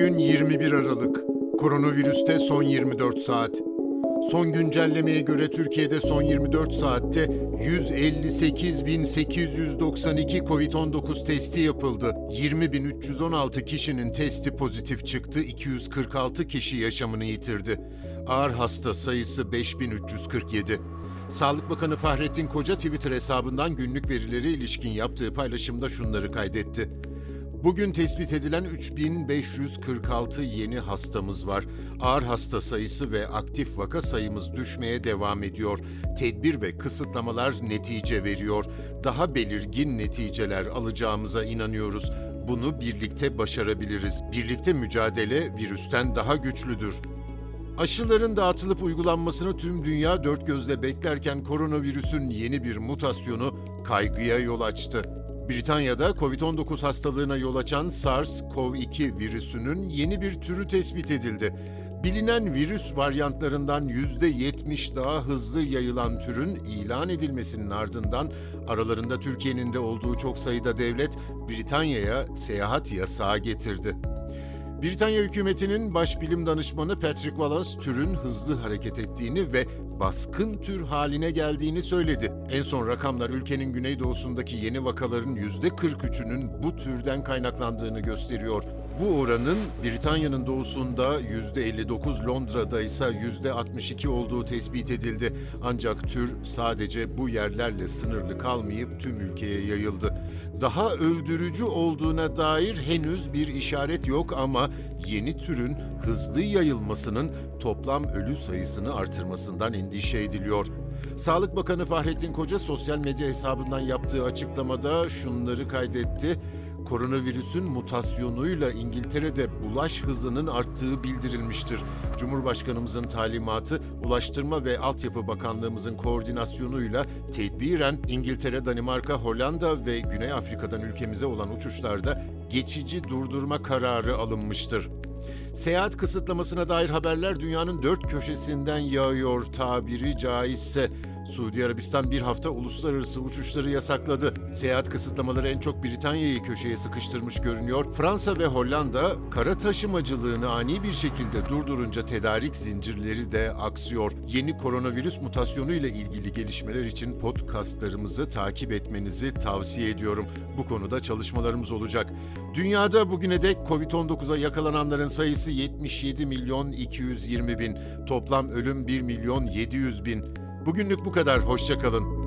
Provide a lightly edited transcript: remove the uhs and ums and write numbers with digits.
Bugün 21 Aralık. Koronavirüste son 24 saat. Son güncellemeye göre Türkiye'de son 24 saatte 158.892 COVID-19 testi yapıldı. 20.316 kişinin testi pozitif çıktı, 246 kişi yaşamını yitirdi. Ağır hasta sayısı 5.347. Sağlık Bakanı Fahrettin Koca Twitter hesabından günlük verilere ilişkin yaptığı paylaşımda şunları kaydetti. Bugün tespit edilen 3546 yeni hastamız var. Ağır hasta sayısı ve aktif vaka sayımız düşmeye devam ediyor. Tedbir ve kısıtlamalar netice veriyor. Daha belirgin neticeler alacağımıza inanıyoruz. Bunu birlikte başarabiliriz. Birlikte mücadele virüsten daha güçlüdür. Aşıların dağıtılıp uygulanmasını tüm dünya dört gözle beklerken koronavirüsün yeni bir mutasyonu kaygıya yol açtı. Britanya'da COVID-19 hastalığına yol açan SARS-CoV-2 virüsünün yeni bir türü tespit edildi. Bilinen virüs varyantlarından %70 daha hızlı yayılan türün ilan edilmesinin ardından aralarında Türkiye'nin de olduğu çok sayıda devlet Britanya'ya seyahat yasağı getirdi. Britanya hükümetinin başbilim danışmanı Patrick Wallace türün hızlı hareket ettiğini ve baskın tür haline geldiğini söyledi. En son rakamlar ülkenin güneydoğusundaki yeni vakaların %43'ünün bu türden kaynaklandığını gösteriyor. Bu oranın Britanya'nın doğusunda %59, Londra'da ise %62 olduğu tespit edildi. Ancak tür sadece bu yerlerle sınırlı kalmayıp tüm ülkeye yayıldı. Daha öldürücü olduğuna dair henüz bir işaret yok ama yeni türün hızlı yayılmasının toplam ölü sayısını artırmasından endişe ediliyor. Sağlık Bakanı Fahrettin Koca sosyal medya hesabından yaptığı açıklamada şunları kaydetti. Koronavirüsün mutasyonuyla İngiltere'de bulaş hızının arttığı bildirilmiştir. Cumhurbaşkanımızın talimatı, Ulaştırma ve Altyapı Bakanlığımızın koordinasyonuyla tedbiren İngiltere, Danimarka, Hollanda ve Güney Afrika'dan ülkemize olan uçuşlarda geçici durdurma kararı alınmıştır. Seyahat kısıtlamasına dair haberler dünyanın dört köşesinden yağıyor tabiri caizse. Suudi Arabistan bir hafta uluslararası uçuşları yasakladı. Seyahat kısıtlamaları en çok Britanya'yı köşeye sıkıştırmış görünüyor. Fransa ve Hollanda kara taşımacılığını ani bir şekilde durdurunca tedarik zincirleri de aksıyor. Yeni koronavirüs mutasyonu ile ilgili gelişmeler için podcastlarımızı takip etmenizi tavsiye ediyorum. Bu konuda çalışmalarımız olacak. Dünyada bugüne dek COVID-19'a yakalananların sayısı 77.220.000. Toplam ölüm 1.700.000. Bugünlük bu kadar. Hoşça kalın.